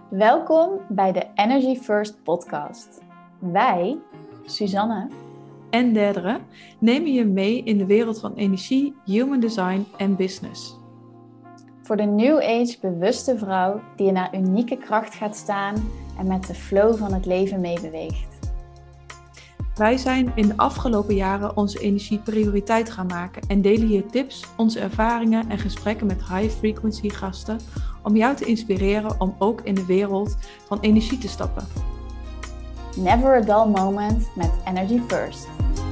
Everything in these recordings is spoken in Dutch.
Welkom bij de Energy First podcast. Wij, Suzanne en Derdere, nemen je mee in de wereld van energie, human design en business. Voor de New Age bewuste vrouw die in haar unieke kracht gaat staan en met de flow van het leven meebeweegt. Wij zijn in de afgelopen jaren onze energie prioriteit gaan maken en delen hier tips, onze ervaringen en gesprekken met high-frequency gasten om jou te inspireren om ook in de wereld van energie te stappen. Never a dull moment met Energy First.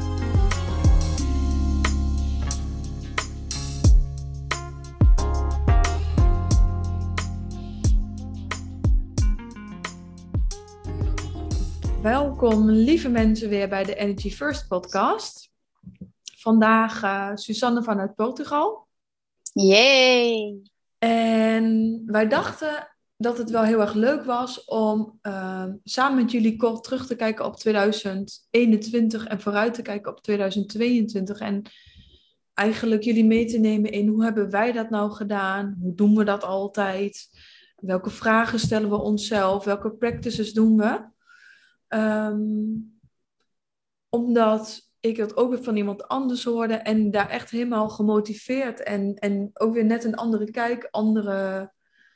Welkom lieve mensen weer bij de Energy First podcast. Vandaag Suzanne vanuit Portugal. Yay! En wij dachten dat het wel heel erg leuk was om samen met jullie kort terug te kijken op 2021 en vooruit te kijken op 2022. En eigenlijk jullie mee te nemen in hoe hebben wij dat nou gedaan? Hoe doen we dat altijd? Welke vragen stellen we onszelf? Welke practices doen we? Omdat ik het ook weer van iemand anders hoorde en daar echt helemaal gemotiveerd en ook weer net een andere kijk, andere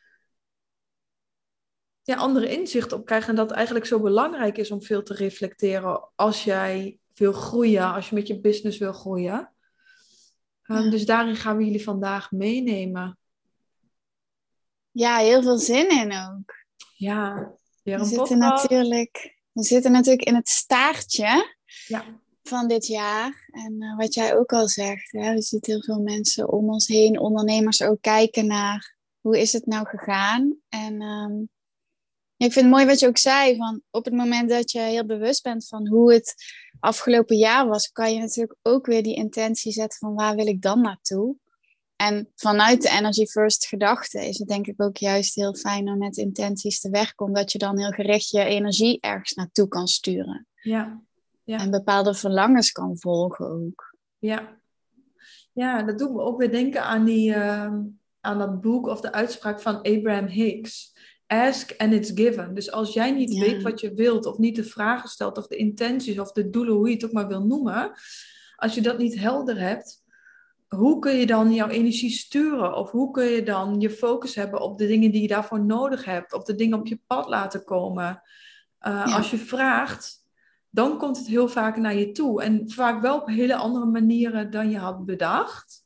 inzicht op krijgen. En dat het eigenlijk zo belangrijk is om veel te reflecteren als jij wil groeien, als je met je business wil groeien. Dus daarin gaan we jullie vandaag meenemen. Ja, heel veel zin in ook. Ja, weer We een zitten natuurlijk in het staartje Ja. van dit jaar. En wat jij ook al zegt, hè, je ziet heel veel mensen om ons heen, ondernemers ook kijken naar hoe is het nou gegaan. En ik vind het mooi wat je ook zei, van op het moment dat je heel bewust bent van hoe het afgelopen jaar was, kan je natuurlijk ook weer die intentie zetten van waar wil ik dan naartoe. En vanuit de Energy First gedachte is het denk ik ook juist heel fijn om met intenties te werken, omdat je dan heel gericht je energie ergens naartoe kan sturen. Ja. En bepaalde verlangens kan volgen ook. Ja, dat doet me ook weer denken aan dat boek of de uitspraak van Abraham Hicks. Ask and it's given. Dus als jij niet weet wat je wilt, of niet de vragen stelt, of de intenties, of de doelen, hoe je het ook maar wil noemen, als je dat niet helder hebt, hoe kun je dan jouw energie sturen? Of hoe kun je dan je focus hebben op de dingen die je daarvoor nodig hebt, op de dingen op je pad laten komen? Als je vraagt, dan komt het heel vaak naar je toe. En vaak wel op hele andere manieren dan je had bedacht.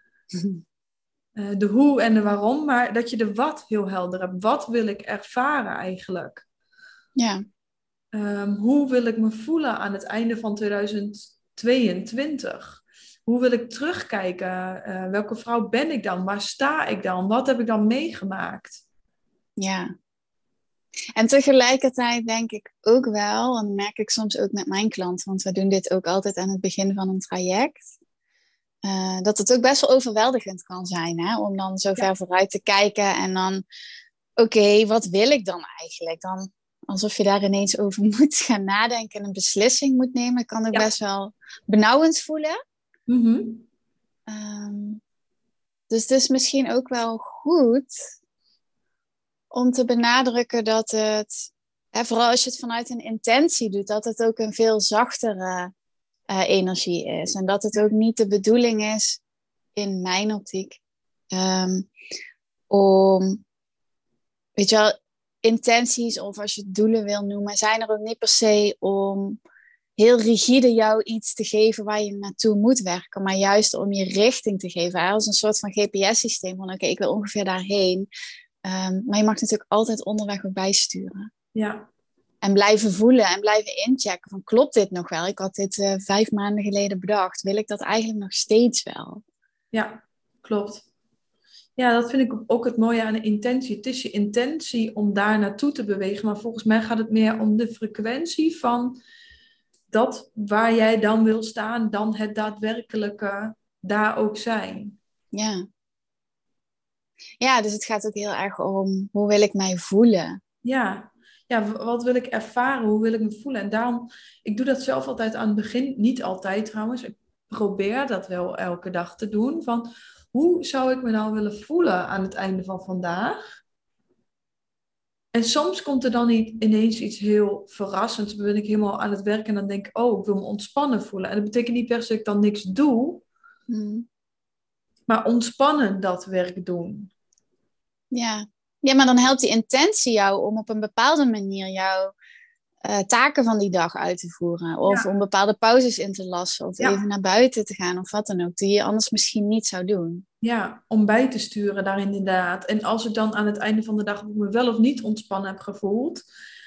De hoe en de waarom, maar dat je de wat heel helder hebt. Wat wil ik ervaren eigenlijk? Ja. Hoe wil ik me voelen aan het einde van 2022? Hoe wil ik terugkijken? Welke vrouw ben ik dan? Waar sta ik dan? Wat heb ik dan meegemaakt? Ja. En tegelijkertijd denk ik ook wel, en dat merk ik soms ook met mijn klanten, want we doen dit ook altijd aan het begin van een traject, dat het ook best wel overweldigend kan zijn, hè? Om dan zo ver vooruit te kijken en dan, oké, wat wil ik dan eigenlijk? Dan alsof je daar ineens over moet gaan nadenken en een beslissing moet nemen, kan ook best wel benauwend voelen. Mm-hmm. Dus het is misschien ook wel goed om te benadrukken dat het, vooral als je het vanuit een intentie doet, dat het ook een veel zachtere energie is. En dat het ook niet de bedoeling is, in mijn optiek, om, weet je wel, intenties, of als je doelen wil noemen, zijn er ook niet per se om heel rigide jou iets te geven waar je naartoe moet werken, maar juist om je richting te geven. Als een soort van GPS-systeem van oké, ik wil ongeveer daarheen. Maar je mag natuurlijk altijd onderweg ook bijsturen. Ja. En blijven voelen en blijven inchecken van klopt dit nog wel? Ik had dit 5 maanden geleden bedacht. Wil ik dat eigenlijk nog steeds wel? Ja, klopt. Ja, dat vind ik ook het mooie aan de intentie. Het is je intentie om daar naartoe te bewegen. Maar volgens mij gaat het meer om de frequentie van dat waar jij dan wil staan, dan het daadwerkelijke daar ook zijn. Ja. Ja, dus het gaat ook heel erg om hoe wil ik mij voelen? Ja, wat wil ik ervaren? Hoe wil ik me voelen? En daarom, ik doe dat zelf altijd aan het begin. Niet altijd trouwens. Ik probeer dat wel elke dag te doen. Van, hoe zou ik me nou willen voelen aan het einde van vandaag? En soms komt er dan niet ineens iets heel verrassends. Dan ben ik helemaal aan het werken en dan denk ik, oh, ik wil me ontspannen voelen. En dat betekent niet per se dat ik dan niks doe, maar ontspannen dat werk doen. Ja. Ja, maar dan helpt die intentie jou om op een bepaalde manier jouw taken van die dag uit te voeren. Of om bepaalde pauzes in te lassen. Of even naar buiten te gaan of wat dan ook. Die je anders misschien niet zou doen. Ja, om bij te sturen daar inderdaad. En als ik dan aan het einde van de dag me wel of niet ontspannen heb gevoeld.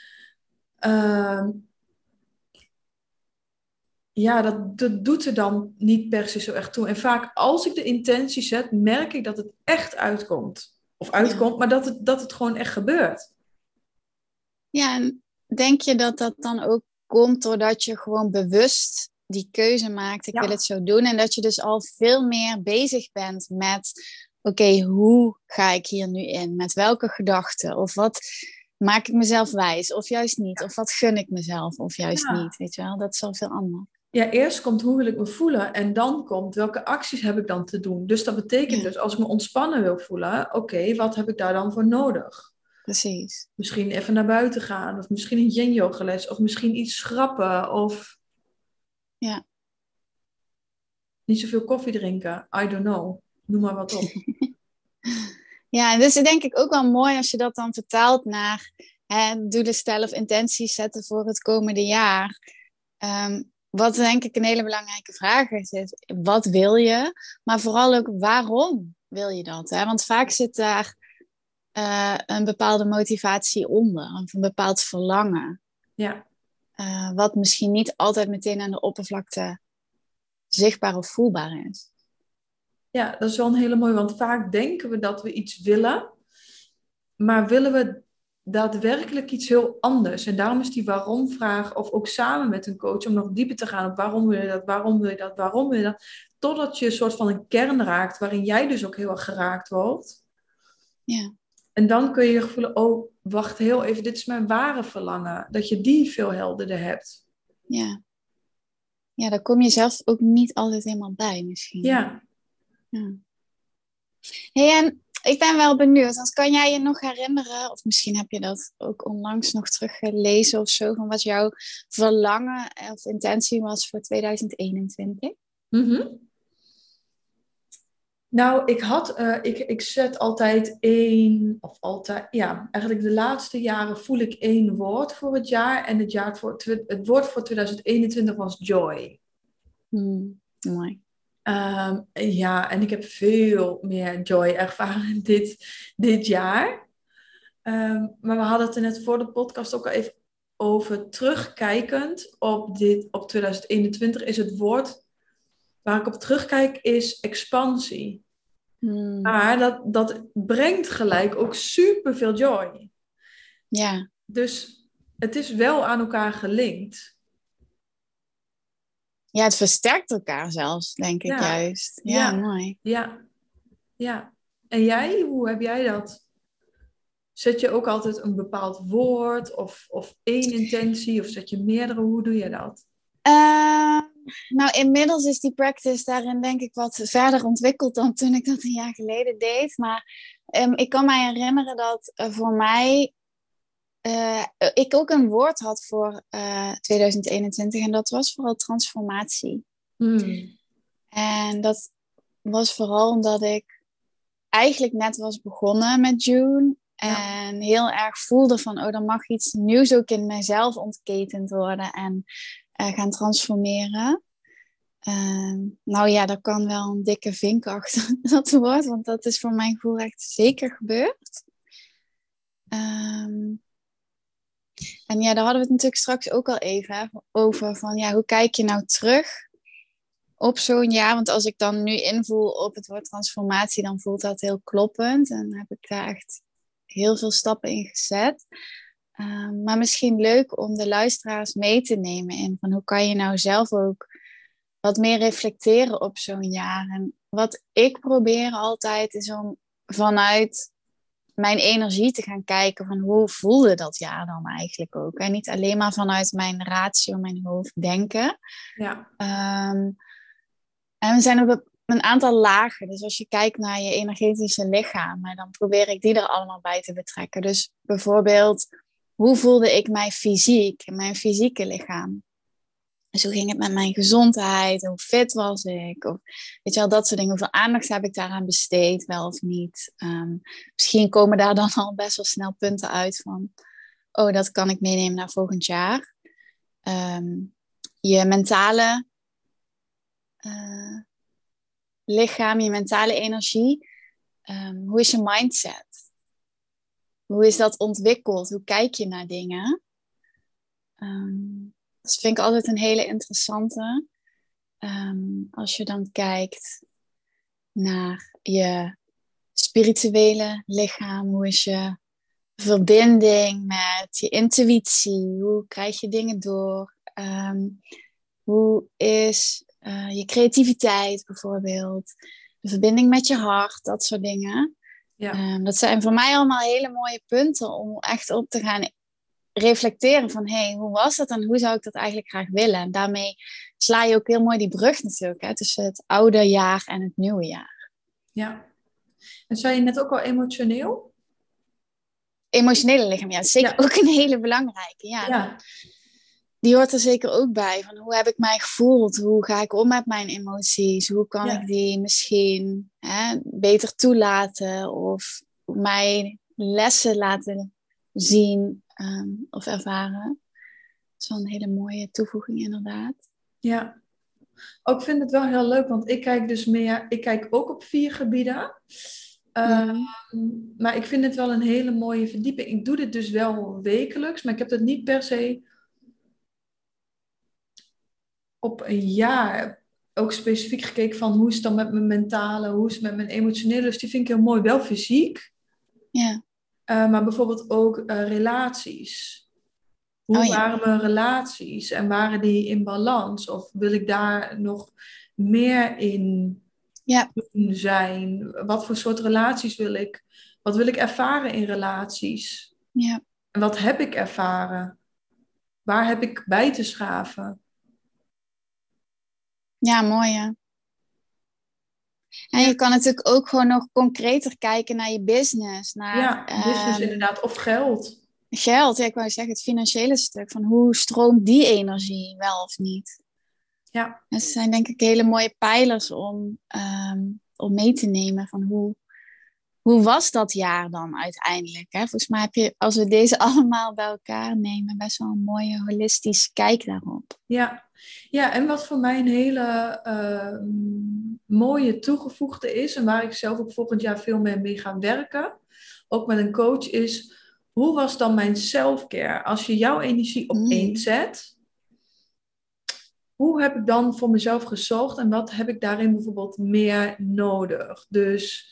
Dat doet er dan niet per se zo echt toe. En vaak als ik de intentie zet, merk ik dat het echt uitkomt. Of uitkomt, maar dat het gewoon echt gebeurt. Ja, en denk je dat dat dan ook komt doordat je gewoon bewust die keuze maakt, ik wil het zo doen. En dat je dus al veel meer bezig bent met, oké, hoe ga ik hier nu in? Met welke gedachten? Of wat maak ik mezelf wijs? Of juist niet? Of wat gun ik mezelf? Of juist niet? Weet je wel, dat is al veel anders. Ja, eerst komt hoe wil ik me voelen en dan komt welke acties heb ik dan te doen. Dus dat betekent dus als ik me ontspannen wil voelen, oké, wat heb ik daar dan voor nodig? Precies. Misschien even naar buiten gaan of misschien een yin yoga les of misschien iets schrappen of niet zoveel koffie drinken. I don't know. Noem maar wat op. Ja, dus denk ik ook wel mooi als je dat dan vertaalt naar doelen stellen of intenties zetten voor het komende jaar. Wat denk ik een hele belangrijke vraag is, wat wil je? Maar vooral ook, waarom wil je dat? Hè? Want vaak zit daar een bepaalde motivatie onder. Of een bepaald verlangen. Ja. Wat misschien niet altijd meteen aan de oppervlakte zichtbaar of voelbaar is. Ja, dat is wel een hele mooie, want vaak denken we dat we iets willen, maar willen we daadwerkelijk iets heel anders. En daarom is die waarom-vraag, of ook samen met een coach, om nog dieper te gaan op waarom wil je dat, waarom wil je dat, waarom wil je dat, totdat je een soort van een kern raakt, waarin jij dus ook heel erg geraakt wordt. Ja. En dan kun je voelen, oh, wacht heel even, dit is mijn ware verlangen. Dat je die veel helderder hebt. Ja. Ja, daar kom je zelf ook niet altijd helemaal bij misschien. Ja. Hey, en ik ben wel benieuwd, want kan jij je nog herinneren, of misschien heb je dat ook onlangs nog teruggelezen of zo, van wat jouw verlangen of intentie was voor 2021? Nou, ik zet altijd eigenlijk de laatste jaren voel ik één woord voor het jaar. En het woord voor 2021 was joy. Mooi. En ik heb veel meer joy ervaren dit jaar. Maar we hadden het er net voor de podcast ook al even over. Terugkijkend op 2021 is het woord waar ik op terugkijk is expansie. Maar dat brengt gelijk ook superveel joy. Ja. Dus het is wel aan elkaar gelinkt. Ja, het versterkt elkaar zelfs, denk ik juist. Ja, mooi. Ja. En jij, hoe heb jij dat? Zet je ook altijd een bepaald woord of één intentie of zet je meerdere? Hoe doe je dat? Nou, inmiddels is die practice daarin denk ik wat verder ontwikkeld dan toen ik dat een jaar geleden deed. Maar ik kan mij herinneren dat voor mij ik ook een woord had voor 2021 en dat was vooral transformatie. En dat was vooral omdat ik eigenlijk net was begonnen met June. En heel erg voelde van, er mag iets nieuws ook in mijzelf ontketend worden en gaan transformeren. Daar kan wel een dikke vink achter dat woord, want dat is voor mijn gevoel echt zeker gebeurd. En daar hadden we het natuurlijk straks ook al even over, van hoe kijk je nou terug op zo'n jaar? Want als ik dan nu invoel op het woord transformatie, dan voelt dat heel kloppend en dan heb ik daar echt heel veel stappen in gezet. Maar misschien leuk om de luisteraars mee te nemen in van hoe kan je nou zelf ook wat meer reflecteren op zo'n jaar. En wat ik probeer altijd is om vanuit mijn energie te gaan kijken van hoe voelde dat jaar dan eigenlijk ook. En niet alleen maar vanuit mijn ratio, mijn hoofd denken. Ja. En er zijn ook een aantal lagen. Dus als je kijkt naar je energetische lichaam, dan probeer ik die er allemaal bij te betrekken. Dus bijvoorbeeld, hoe voelde ik mij fysiek, mijn fysieke lichaam? Dus hoe ging het met mijn gezondheid? Hoe fit was ik? Of weet je wel, dat soort dingen. Hoeveel aandacht heb ik daaraan besteed, wel of niet? Misschien komen daar dan al best wel snel punten uit van... oh, dat kan ik meenemen naar volgend jaar. Je mentale lichaam, je mentale energie. Hoe is je mindset? Hoe is dat ontwikkeld? Hoe kijk je naar dingen? Dat vind ik altijd een hele interessante. Als je dan kijkt naar je spirituele lichaam. Hoe is je verbinding met je intuïtie? Hoe krijg je dingen door? Hoe is je creativiteit bijvoorbeeld? De verbinding met je hart, dat soort dingen. Ja. Dat zijn voor mij allemaal hele mooie punten om echt op te gaan reflecteren van hoe was dat en hoe zou ik dat eigenlijk graag willen? En daarmee sla je ook heel mooi die brug natuurlijk tussen het oude jaar en het nieuwe jaar. Ja. En zei je net ook al emotioneel? Emotionele lichaam, ja, zeker ook een hele belangrijke. Ja. Die hoort er zeker ook bij. Van hoe heb ik mij gevoeld? Hoe ga ik om met mijn emoties? Hoe kan ik die misschien beter toelaten? Of mij lessen laten zien of ervaren? Dat is wel een hele mooie toevoeging inderdaad. Ja. Ook vind het wel heel leuk, want ik kijk ook op 4 gebieden. Maar ik vind het wel een hele mooie verdieping. Ik doe dit dus wel wekelijks, maar ik heb het niet per se op een jaar ook specifiek gekeken van hoe is het dan met mijn mentale, hoe is het met mijn emotionele. Dus die vind ik heel mooi, wel fysiek. Ja. Maar bijvoorbeeld ook relaties. Hoe waren mijn relaties en waren die in balans? Of wil ik daar nog meer in zijn? Wat voor soort relaties wil ik? Wat wil ik ervaren in relaties? Ja. En wat heb ik ervaren? Waar heb ik bij te schaven? Ja, mooi hè. En je kan natuurlijk ook gewoon nog concreter kijken naar je business. Naar, business inderdaad. Of geld. Geld, ik wou zeggen het financiële stuk. Van hoe stroomt die energie wel of niet? Ja. Dat zijn denk ik hele mooie pijlers om mee te nemen. Van hoe was dat jaar dan uiteindelijk? Hè? Volgens mij heb je, als we deze allemaal bij elkaar nemen, best wel een mooie holistische kijk daarop. Ja, en wat voor mij een hele mooie toegevoegde is, en waar ik zelf ook volgend jaar veel meer mee ga werken, ook met een coach, is hoe was dan mijn self-care? Als je jouw energie op 1 zet, hoe heb ik dan voor mezelf gezorgd en wat heb ik daarin bijvoorbeeld meer nodig? Dus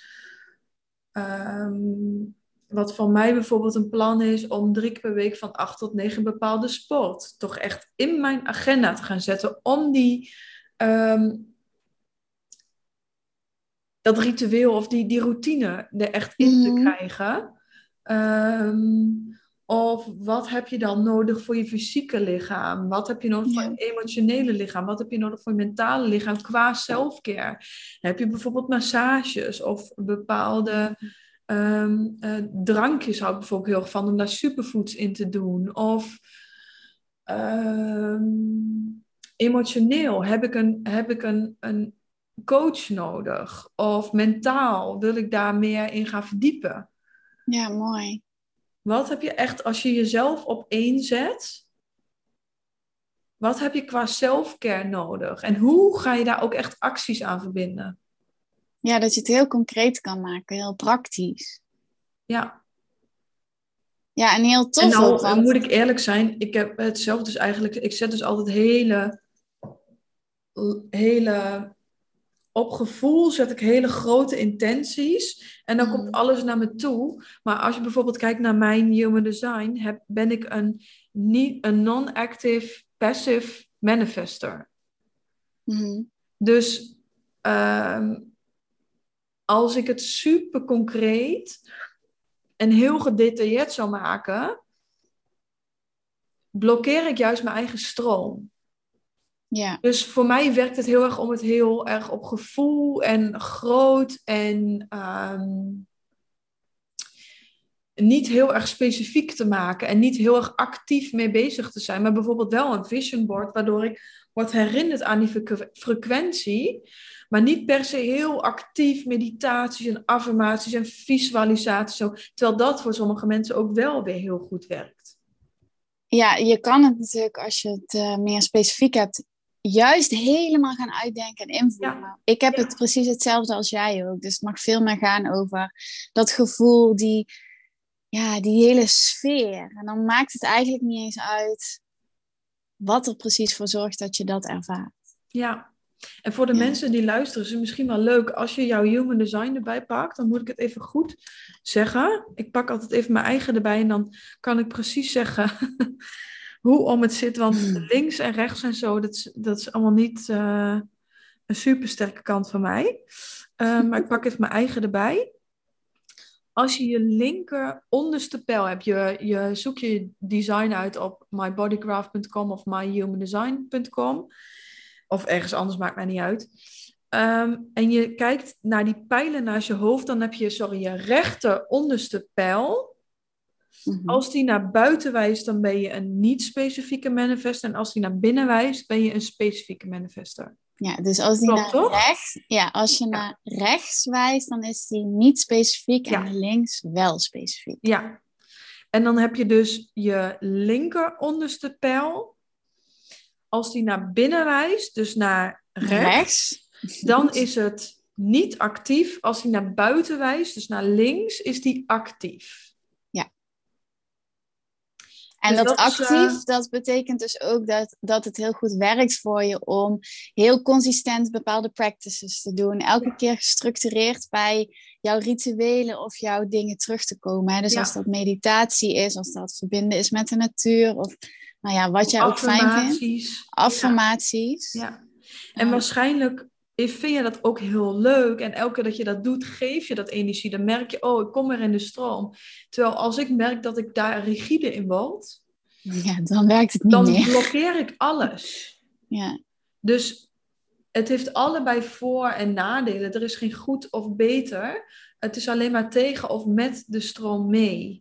wat voor mij bijvoorbeeld een plan is om 3 keer per week van 8 tot 9 bepaalde sport toch echt in mijn agenda te gaan zetten om dat ritueel of die routine er echt in te krijgen. Of wat heb je dan nodig voor je fysieke lichaam? Wat heb je nodig voor je emotionele lichaam? Wat heb je nodig voor je mentale lichaam qua selfcare? Heb je bijvoorbeeld massages of bepaalde drankjes hou ik bijvoorbeeld heel erg van om daar superfoods in te doen. Of emotioneel heb ik een coach nodig? Of mentaal wil ik daar meer in gaan verdiepen? Ja, mooi. Wat heb je echt, als je jezelf op 1 zet, wat heb je qua selfcare nodig? En hoe ga je daar ook echt acties aan verbinden? Ja, dat je het heel concreet kan maken, heel praktisch. Ja. Ja, en heel tof. En nou, ook, want... moet ik eerlijk zijn, ik heb het zelf dus eigenlijk, ik zet dus altijd hele op gevoel zet ik hele grote intenties. En dan komt alles naar me toe. Maar als je bijvoorbeeld kijkt naar mijn Human Design, ben ik een non-active, passive manifester. Dus als ik het super concreet en heel gedetailleerd zou maken, blokkeer ik juist mijn eigen stroom. Ja. Dus voor mij werkt het heel erg om het heel erg op gevoel en groot en niet heel erg specifiek te maken en niet heel erg actief mee bezig te zijn, maar bijvoorbeeld wel een vision board, waardoor ik word herinnerd aan die frequentie, maar niet per se heel actief meditaties en affirmaties en visualisaties, zo, terwijl dat voor sommige mensen ook wel weer heel goed werkt. Ja, je kan het natuurlijk, als je het meer specifiek hebt, juist helemaal gaan uitdenken en invullen. Ja. Ik heb het precies hetzelfde als jij ook. Dus het mag veel meer gaan over dat gevoel, die hele sfeer. En dan maakt het eigenlijk niet eens uit wat er precies voor zorgt dat je dat ervaart. Ja, en voor de mensen die luisteren is het misschien wel leuk als je jouw human design erbij pakt. Dan moet ik het even goed zeggen. Ik pak altijd even mijn eigen erbij en dan kan ik precies zeggen hoe om het zit. Want links en rechts en zo, dat is allemaal niet een supersterke kant van mij. Maar ik pak even mijn eigen erbij. Als je je linker onderste pijl hebt, je zoek je design uit op mybodygraph.com of myhumandesign.com. Of ergens anders, maakt mij niet uit. En je kijkt naar die pijlen naast je hoofd, dan heb je, je rechter onderste pijl. Mm-hmm. Als die naar buiten wijst, dan ben je een niet-specifieke manifester. En als die naar binnen wijst, ben je een specifieke manifester. Ja, dus als die naar rechts wijst, dan is die niet specifiek en naar links wel specifiek. Ja. En dan heb je dus je linker onderste pijl. Als die naar binnen wijst, dus naar rechts, dan is het niet actief. Als die naar buiten wijst, dus naar links, is die actief. Ja. En dus dat actief, dat betekent dus ook dat het heel goed werkt voor je om heel consistent bepaalde practices te doen. Elke keer gestructureerd bij jouw rituelen of jouw dingen terug te komen. Hè? Dus als dat meditatie is, als dat verbinden is met de natuur of wat jij ook fijn vindt. Affirmaties. Ja. En waarschijnlijk vind je dat ook heel leuk. En elke keer dat je dat doet, geef je dat energie. Dan merk je, ik kom weer in de stroom. Terwijl als ik merk dat ik daar rigide in word, dan werkt het niet meer. Dan blokkeer ik alles. Ja. Dus het heeft allebei voor- en nadelen. Er is geen goed of beter. Het is alleen maar tegen of met de stroom mee.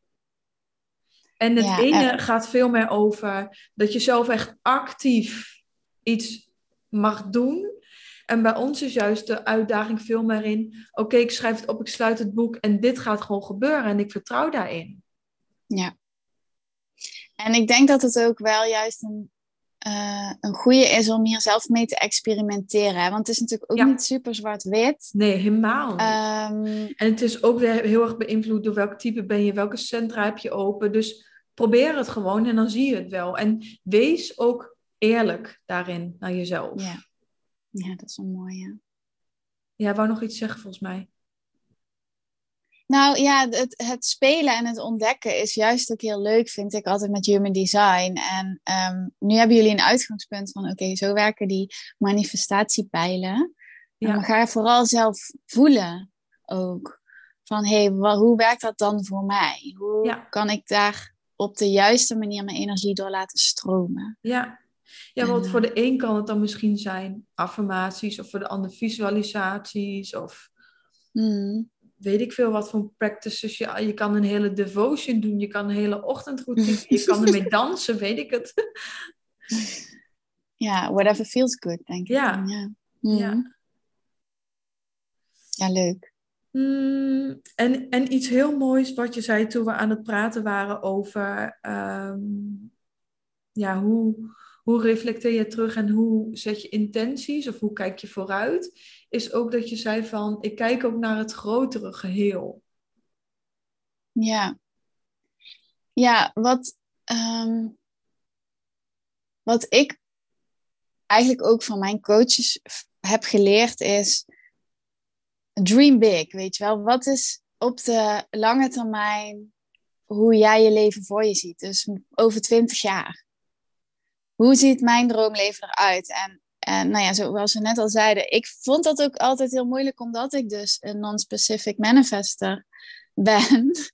En het ene gaat veel meer over dat je zelf echt actief iets mag doen. En bij ons is juist de uitdaging veel meer in, ik schrijf het op, ik sluit het boek en dit gaat gewoon gebeuren en ik vertrouw daarin. Ja. En ik denk dat het ook wel juist een goede is om hier zelf mee te experimenteren. Hè? Want het is natuurlijk ook niet super zwart-wit. Nee, helemaal niet. En het is ook weer heel erg beïnvloed door welk type ben je, welke centra heb je open. Dus probeer het gewoon en dan zie je het wel. En wees ook eerlijk daarin naar jezelf. Ja, dat is een mooie. Ja, wou nog iets zeggen volgens mij. Nou ja, het spelen en het ontdekken is juist ook heel leuk, vind ik altijd met Human Design. En nu hebben jullie een uitgangspunt van, zo werken die manifestatiepijlen. Ja. Maar ga je vooral zelf voelen ook. Van, hoe werkt dat dan voor mij? Hoe kan ik daar op de juiste manier mijn energie door laten stromen? Ja, want voor de een kan het dan misschien zijn affirmaties, of voor de ander visualisaties, of... weet ik veel wat voor practices. Je kan een hele devotion doen. Je kan een hele ochtendroutine. Je kan ermee dansen, weet ik het. Ja, whatever feels good, denk ik. Ja, leuk. En iets heel moois wat je zei toen we aan het praten waren over... hoe reflecteer je terug en hoe zet je intenties of hoe kijk je vooruit, is ook dat je zei van, ik kijk ook naar het grotere geheel. Ja. Ja, wat ik eigenlijk ook van mijn coaches heb geleerd is, dream big, weet je wel. Wat is op de lange termijn hoe jij je leven voor je ziet? Dus over 20 jaar. Hoe ziet mijn droomleven eruit? En zoals we net al zeiden, ik vond dat ook altijd heel moeilijk, omdat ik dus een non-specific manifester ben.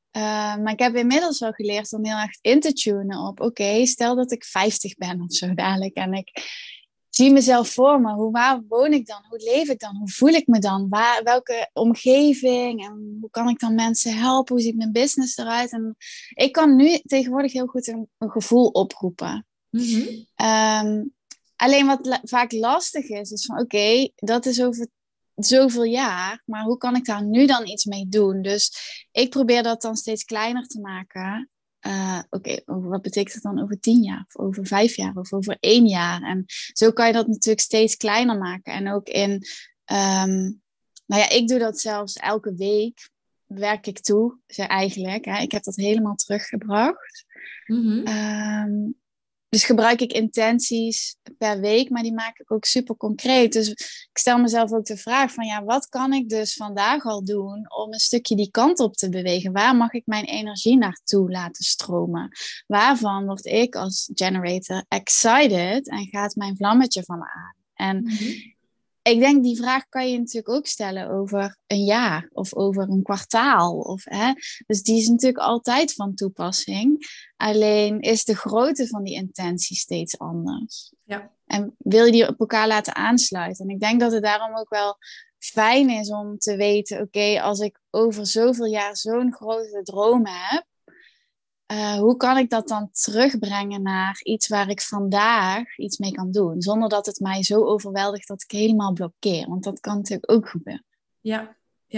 Maar ik heb inmiddels wel geleerd om heel erg in te tunen op... Oké, stel dat ik 50 ben of zo dadelijk. En ik zie mezelf voor me. Waar woon ik dan? Hoe leef ik dan? Hoe voel ik me dan? Welke omgeving? En hoe kan ik dan mensen helpen? Hoe ziet mijn business eruit? En ik kan nu tegenwoordig heel goed een gevoel oproepen. Mhm. Alleen wat vaak lastig is van... Oké, dat is over zoveel jaar, maar hoe kan ik daar nu dan iets mee doen? Dus ik probeer dat dan steeds kleiner te maken. Oké, wat betekent het dan over 10 jaar? Of over 5 jaar? Of over 1 jaar? En zo kan je dat natuurlijk steeds kleiner maken. En ook in... nou ja, ik doe dat zelfs elke week. Werk ik toe, eigenlijk. Hè? Ik heb dat helemaal teruggebracht. Mhm. Dus gebruik ik intenties per week, maar die maak ik ook super concreet. Dus ik stel mezelf ook de vraag van, ja, wat kan ik dus vandaag al doen om een stukje die kant op te bewegen? Waar mag ik mijn energie naartoe laten stromen? Waarvan word ik als generator excited en gaat mijn vlammetje van aan? En ik denk, die vraag kan je natuurlijk ook stellen over een jaar of over een kwartaal. Dus die is natuurlijk altijd van toepassing. Alleen is de grootte van die intentie steeds anders. Ja. En wil je die op elkaar laten aansluiten? En ik denk dat het daarom ook wel fijn is om te weten... Oké, als ik over zoveel jaar zo'n grote droom heb... hoe kan ik dat dan terugbrengen naar iets waar ik vandaag iets mee kan doen? Zonder dat het mij zo overweldigt dat ik helemaal blokkeer. Want dat kan natuurlijk ook gebeuren. Ja.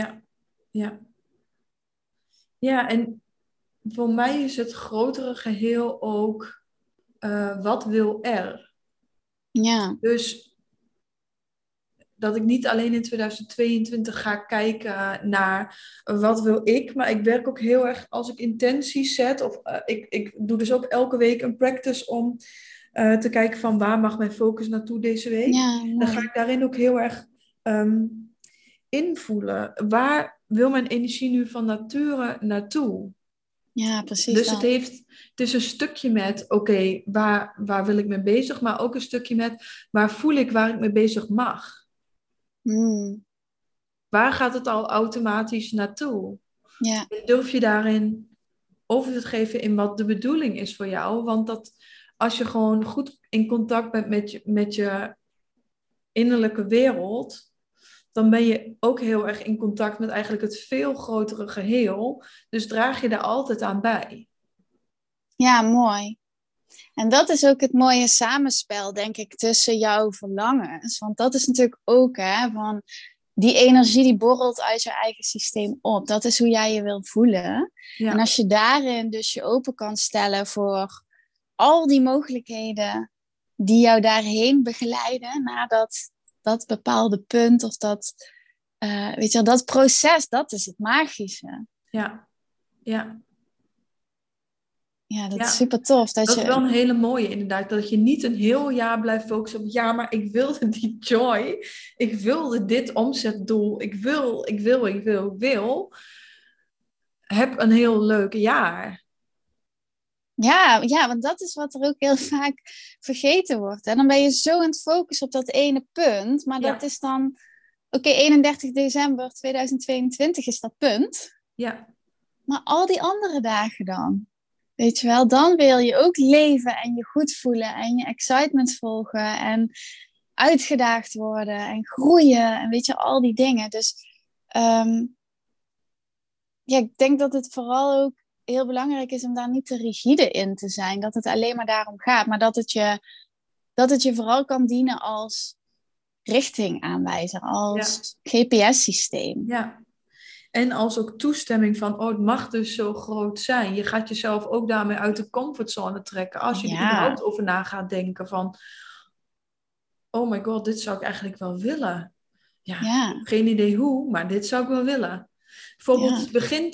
Ja, en voor mij is het grotere geheel ook... wat wil er? Ja. Dus dat ik niet alleen in 2022 ga kijken naar wat wil ik, maar ik werk ook heel erg als ik intenties zet. Of ik doe dus ook elke week een practice om te kijken van waar mag mijn focus naartoe deze week. Ja, Dan ga ik daarin ook heel erg invoelen. Waar wil mijn energie nu van nature naartoe? Ja, precies. Dus het is een stukje met, oké, waar wil ik mee bezig? Maar ook een stukje met, waar voel ik waar ik mee bezig mag? Waar gaat het al automatisch naartoe? Ja. En durf je daarin over te geven in wat de bedoeling is voor jou? Want dat als je gewoon goed in contact bent met je innerlijke wereld, dan ben je ook heel erg in contact met eigenlijk het veel grotere geheel. Dus draag je daar altijd aan bij. Ja, mooi. En dat is ook het mooie samenspel, denk ik, tussen jouw verlangens. Want dat is natuurlijk ook, van die energie die borrelt uit je eigen systeem op. Dat is hoe jij je wil voelen. Ja. En als je daarin dus je open kan stellen voor al die mogelijkheden die jou daarheen begeleiden, naar dat bepaalde punt of dat, weet je wel, dat proces, dat is het magische. Ja. Ja, dat is super tof. Dat is wel een hele mooie inderdaad. Dat je niet een heel jaar blijft focussen op... Ja, maar ik wilde die joy. Ik wilde dit omzetdoel. Ik wil. Heb een heel leuk jaar. Ja, want dat is wat er ook heel vaak vergeten wordt. En dan ben je zo aan het focussen op dat ene punt. Maar dat is dan... Oké, 31 december 2022 is dat punt. Ja. Maar al die andere dagen dan... Weet je wel, dan wil je ook leven en je goed voelen en je excitement volgen en uitgedaagd worden en groeien en weet je, al die dingen. Dus ik denk dat het vooral ook heel belangrijk is om daar niet te rigide in te zijn. Dat het alleen maar daarom gaat, maar dat het je vooral kan dienen als richtingaanwijzer, als GPS-systeem. Ja. En als ook toestemming van, het mag dus zo groot zijn. Je gaat jezelf ook daarmee uit de comfortzone trekken. Als je er überhaupt over na gaat denken van... Oh my god, dit zou ik eigenlijk wel willen. Ja. Geen idee hoe, maar dit zou ik wel willen. Bijvoorbeeld begin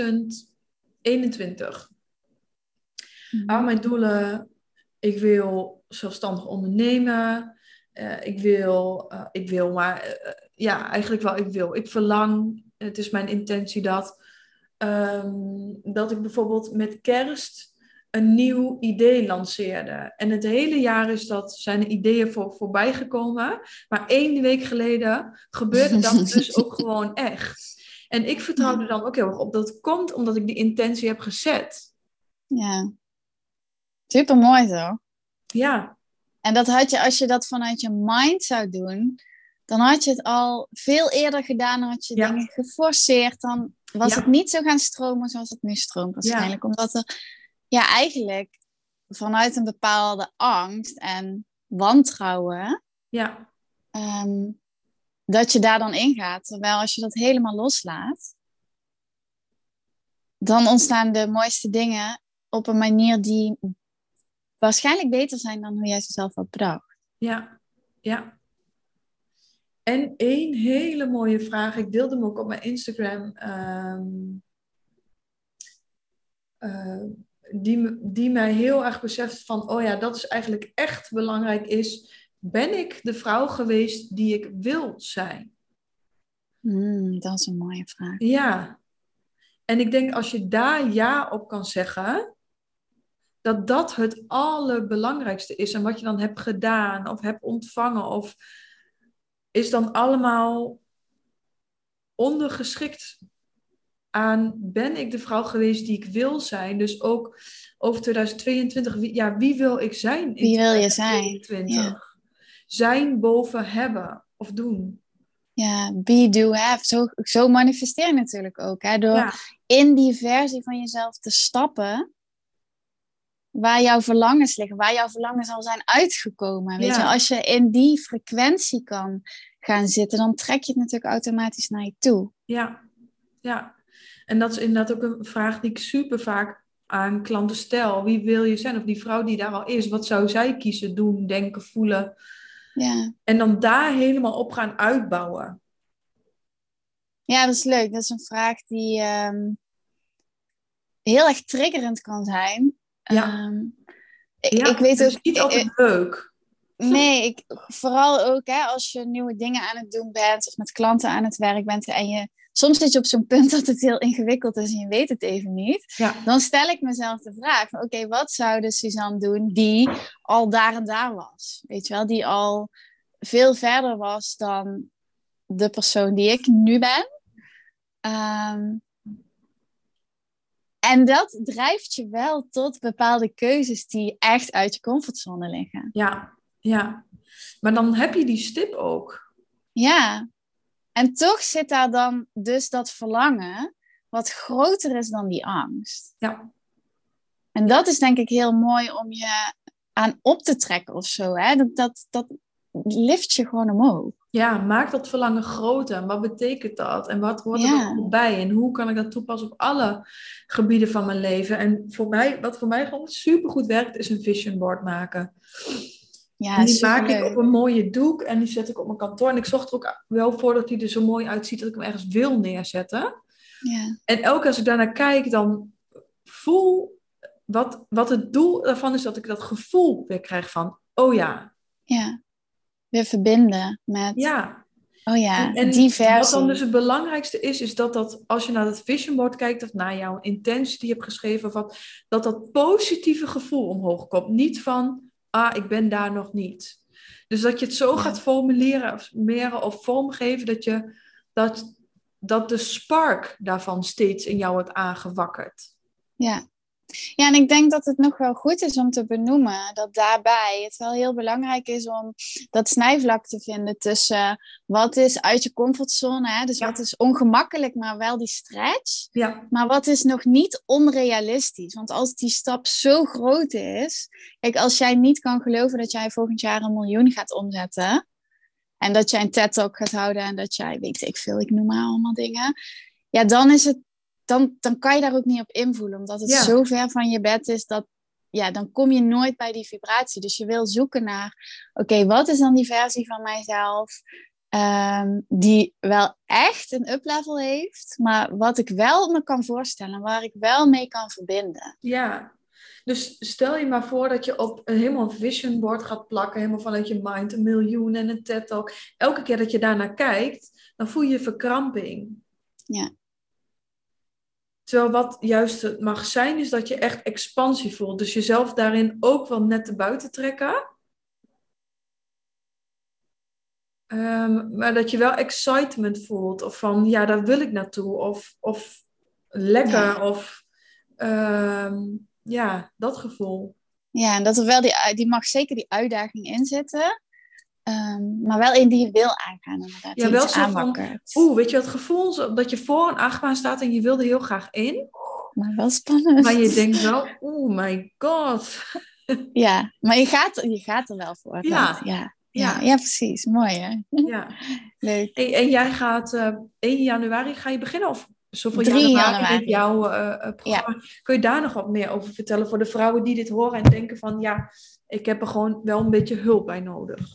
2021. Aan mijn doelen. Ik wil zelfstandig ondernemen. Ik wil, eigenlijk wel, ik verlang... Het is mijn intentie dat ik bijvoorbeeld met kerst een nieuw idee lanceerde. En het hele jaar zijn er ideeën voorbij gekomen. Maar 1 week geleden gebeurde dat dus ook gewoon echt. En ik vertrouw er dan ook heel erg op dat het komt omdat ik die intentie heb gezet. Ja. Super mooi toch? Ja. En dat had je, als je dat vanuit je mind zou doen, dan had je het al veel eerder gedaan, dan had je dingen geforceerd, dan was het niet zo gaan stromen zoals het nu stroomt waarschijnlijk. Omdat er eigenlijk vanuit een bepaalde angst en wantrouwen, dat je daar dan ingaat. Terwijl als je dat helemaal loslaat, dan ontstaan de mooiste dingen op een manier die waarschijnlijk beter zijn dan hoe jij ze zelf had bedacht. Ja, ja. En één hele mooie vraag, ik deelde hem ook op mijn Instagram, die mij heel erg beseft van, oh ja, dat is eigenlijk echt belangrijk is, ben ik de vrouw geweest die ik wil zijn? Dat is een mooie vraag. Ja. En ik denk als je daar ja op kan zeggen, dat dat het allerbelangrijkste is. En wat je dan hebt gedaan of hebt ontvangen of is dan allemaal ondergeschikt aan, ben ik de vrouw geweest die ik wil zijn? Dus ook over 2022, wie wil ik zijn in wie wil je 2022? zijn? Ja. Zijn boven hebben of doen. Ja, be, do, have. Zo manifesteer je natuurlijk ook. Hè? Door in die versie van jezelf te stappen waar jouw verlangens liggen, waar jouw verlangens al zijn uitgekomen. Weet je, als je in die frequentie kan gaan zitten, dan trek je het natuurlijk automatisch naar je toe. Ja, ja. En dat is inderdaad ook een vraag die ik super vaak aan klanten stel. Wie wil je zijn? Of die vrouw die daar al is, wat zou zij kiezen, doen, denken, voelen? Ja. En dan daar helemaal op gaan uitbouwen. Ja, dat is leuk. Dat is een vraag die heel erg triggerend kan zijn. Ja. Ik weet het is ook, niet altijd leuk. Nee, vooral ook als je nieuwe dingen aan het doen bent of met klanten aan het werk bent en soms zit je op zo'n punt dat het heel ingewikkeld is en je weet het even niet. Ja. Dan stel ik mezelf de vraag van oké, wat zou de Suzanne doen die al daar en daar was? Weet je wel, die al veel verder was dan de persoon die ik nu ben. En dat drijft je wel tot bepaalde keuzes die echt uit je comfortzone liggen. Ja. Maar dan heb je die stip ook. Ja. En toch zit daar dan dus dat verlangen wat groter is dan die angst. Ja. En dat is denk ik heel mooi om je aan op te trekken of zo. Hè? Dat lift je gewoon omhoog. Ja, maak dat verlangen groter. Wat betekent dat? En wat hoort er dan bij? En hoe kan ik dat toepassen op alle gebieden van mijn leven? En wat voor mij gewoon supergoed werkt, is een vision board maken. Ja, en die maak ik op een mooie doek en die zet ik op mijn kantoor. En ik zorg er ook wel voor dat die er zo mooi uitziet dat ik hem ergens wil neerzetten. Ja. En elke keer als ik daarnaar kijk, dan voel wat het doel daarvan is, dat ik dat gevoel weer krijg van, oh ja. Ja, weer verbinden met... Ja. Oh ja, en die versie. Wat dan dus het belangrijkste is dat als je naar dat vision board kijkt, of naar jouw intentie die je hebt geschreven, dat positieve gevoel omhoog komt. Niet van, ik ben daar nog niet. Dus dat je het zo gaat formuleren of vormgeven, dat de spark daarvan steeds in jou wordt aangewakkerd. Ja. Ja, en ik denk dat het nog wel goed is om te benoemen dat daarbij het wel heel belangrijk is om dat snijvlak te vinden tussen wat is uit je comfortzone, hè? Dus wat is ongemakkelijk, maar wel die stretch. Ja. Maar wat is nog niet onrealistisch? Want als die stap zo groot is, kijk, als jij niet kan geloven dat jij volgend jaar 1 miljoen gaat omzetten en dat jij een TED-talk gaat houden en dat jij, weet ik veel, ik noem maar allemaal dingen, ja, dan is het Dan kan je daar ook niet op invoelen. Omdat het zo ver van je bed is dat dan kom je nooit bij die vibratie. Dus je wil zoeken naar, oké, wat is dan die versie van mijzelf die wel echt een up-level heeft, maar wat ik wel me kan voorstellen, waar ik wel mee kan verbinden. Ja, dus stel je maar voor dat je op helemaal een vision board gaat plakken, helemaal vanuit je mind, 1 miljoen en een TED-talk. Elke keer dat je daarnaar kijkt, dan voel je verkramping. Ja. Terwijl wat juist het mag zijn, is dat je echt expansie voelt. Dus jezelf daarin ook wel net te buiten trekken. Maar dat je wel excitement voelt. Of van, ja, daar wil ik naartoe. Of lekker. Ja. Of ja, dat gevoel. Ja, en dat er wel die mag zeker die uitdaging in zitten. Maar wel in die je wil aangaan, inderdaad. Ja, Die wel iets zo van, aanwakkert. weet je dat gevoel dat je voor een achtbaan staat en je wil er heel graag in. Maar wel spannend. Maar je denkt wel, my god. Ja, maar je gaat er wel voor. Ja. Ja, precies. Mooi, hè? Ja. Leuk. En jij gaat 1 januari ga je beginnen? Of zoveel 3 januari met januari. jouw programma? Kun je daar nog wat meer over vertellen voor de vrouwen die dit horen en denken van, ja, ik heb er gewoon wel een beetje hulp bij nodig?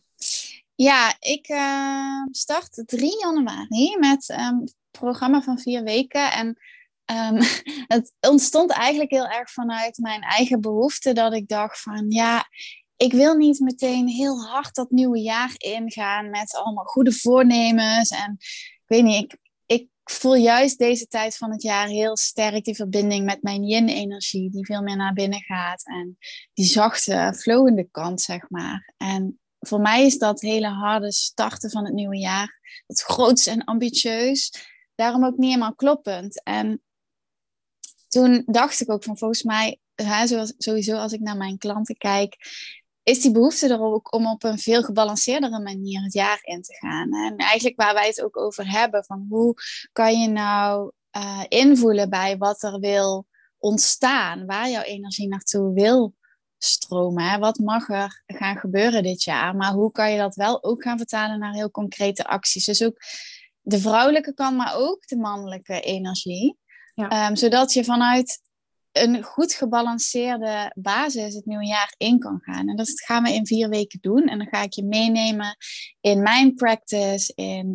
Ja, ik start 3 januari met een programma van 4 weken. En het ontstond eigenlijk heel erg vanuit mijn eigen behoefte. Dat ik dacht van, ja, ik wil niet meteen heel hard dat nieuwe jaar ingaan met allemaal goede voornemens. En ik weet niet, ik voel juist deze tijd van het jaar heel sterk die verbinding met mijn yin-energie. Die veel meer naar binnen gaat. En die zachte, flowende kant, zeg maar. En voor mij is dat hele harde starten van het nieuwe jaar, dat groots en ambitieus, daarom ook niet helemaal kloppend. En toen dacht ik ook van volgens mij, sowieso als ik naar mijn klanten kijk, is die behoefte er ook om op een veel gebalanceerdere manier het jaar in te gaan. En eigenlijk waar wij het ook over hebben, van hoe kan je nou invoelen bij wat er wil ontstaan, waar jouw energie naartoe wil stromen. Hè? Wat mag er gaan gebeuren dit jaar? Maar hoe kan je dat wel ook gaan vertalen naar heel concrete acties? Dus ook de vrouwelijke kant, maar ook de mannelijke energie. Ja. Zodat je vanuit een goed gebalanceerde basis het nieuwe jaar in kan gaan. En dat gaan we in 4 weken doen. En dan ga ik je meenemen in mijn practice.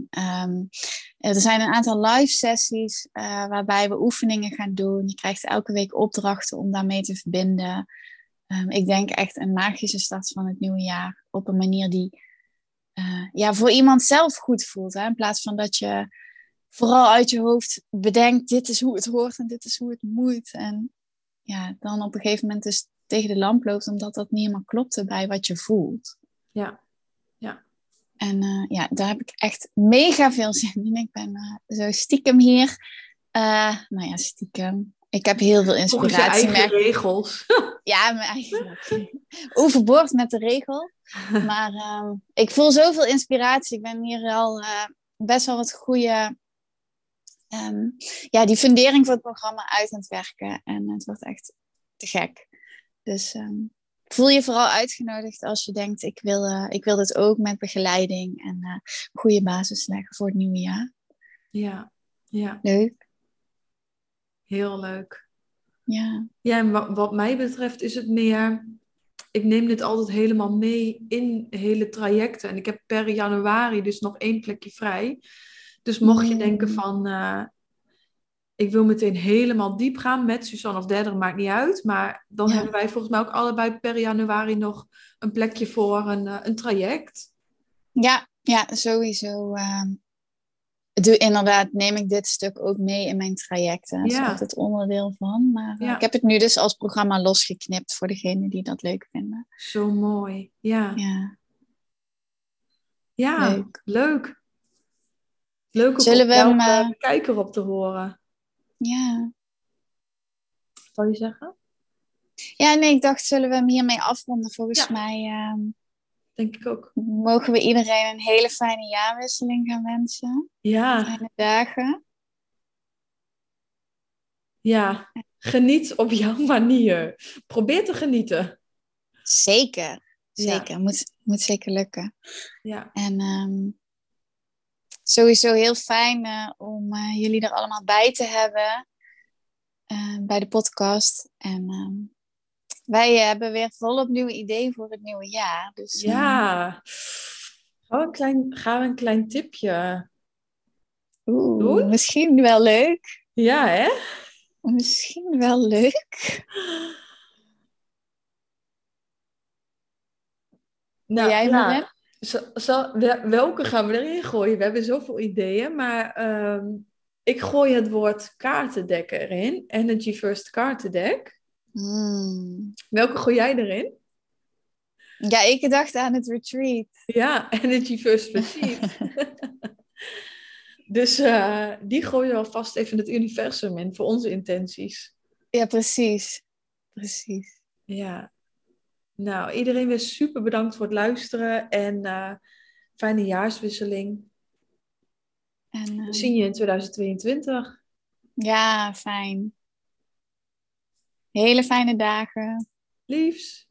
Er zijn een aantal live sessies waarbij we oefeningen gaan doen. Je krijgt elke week opdrachten om daarmee te verbinden. Ik denk echt een magische start van het nieuwe jaar. Op een manier die voor iemand zelf goed voelt. Hè? In plaats van dat je vooral uit je hoofd bedenkt, dit is hoe het hoort en dit is hoe het moet. En ja, dan op een gegeven moment dus tegen de lamp loopt, omdat dat niet helemaal klopte bij wat je voelt. Ja. En daar heb ik echt mega veel zin in. Ik ben zo stiekem hier. Stiekem. Ik heb heel veel inspiratie. Volgens je eigen regels. Ja, mijn eigen. Overboord met de regel. Maar ik voel zoveel inspiratie. Ik ben hier al best wel wat goede... die fundering voor het programma uit aan het werken. En het wordt echt te gek. Dus voel je vooral uitgenodigd als je denkt, ik wil dit ook met begeleiding en goede basis leggen voor het nieuwe jaar. Ja. Leuk. Heel leuk. Ja. Ja, en wat mij betreft is het meer... Ik neem dit altijd helemaal mee in hele trajecten. En ik heb per januari dus nog 1 plekje vrij. Dus mocht je denken van... ik wil meteen helemaal diep gaan met Suzanne of Derdere, maakt niet uit. Maar dan hebben wij volgens mij ook allebei per januari nog een plekje voor een traject. Ja, sowieso. Neem ik dit stuk ook mee in mijn trajecten. Dat is altijd onderdeel van. Maar ik heb het nu dus als programma losgeknipt voor degenen die dat leuk vinden. Zo mooi, ja. Ja, leuk. Leuk om jouw kijker op te horen. Ja. Wat zou je zeggen? Ja, nee, ik dacht, zullen we hem hiermee afronden? Volgens mij... denk ik ook. Mogen we iedereen een hele fijne jaarwisseling gaan wensen. Ja. Fijne dagen. Ja, geniet op jouw manier. Probeer te genieten. Zeker. Moet zeker lukken. Ja. En sowieso heel fijn om jullie er allemaal bij te hebben. Bij de podcast. En wij hebben weer volop nieuwe ideeën voor het nieuwe jaar. Dus, ja. Gaan we een klein tipje doen? Misschien wel leuk. Ja, hè? Misschien wel leuk. Nou, jij erin? Welke gaan we erin gooien? We hebben zoveel ideeën, maar ik gooi het woord kaartendek erin. Energy First kaartendek. Welke gooi jij erin? Ja, ik dacht aan het retreat. Ja, Energy First Retreat. Dus die gooien we alvast even het universum in voor onze intenties. Ja, precies. Precies. Ja. Nou, iedereen weer super bedankt voor het luisteren en fijne jaarswisseling. En, We zien je in 2022. Ja, fijn. Hele fijne dagen. Liefs.